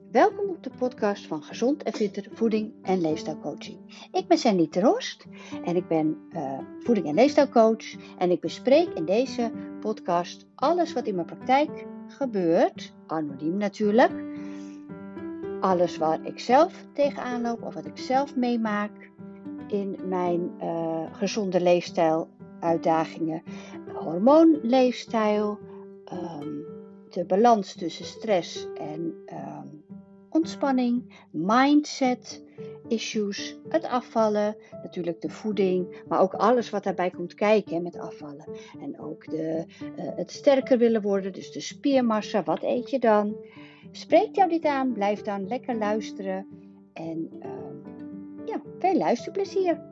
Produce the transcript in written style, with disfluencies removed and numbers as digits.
Welkom op de podcast van Gezond en Fitter Voeding en Leefstijlcoaching. Ik ben Sandy ter Horst en ik ben voeding- en leefstijlcoach. En ik bespreek in deze podcast alles wat in mijn praktijk gebeurt, anoniem natuurlijk. Alles waar ik zelf tegenaan loop of wat ik zelf meemaak in mijn gezonde leefstijl uitdagingen. Hormoonleefstijl, de balans tussen stress en ontspanning, mindset issues, het afvallen, natuurlijk de voeding, maar ook alles wat daarbij komt kijken met afvallen. En ook het sterker willen worden, dus de spiermassa, wat eet je dan? Spreekt jou dit aan? Blijf dan lekker luisteren en veel luisterplezier.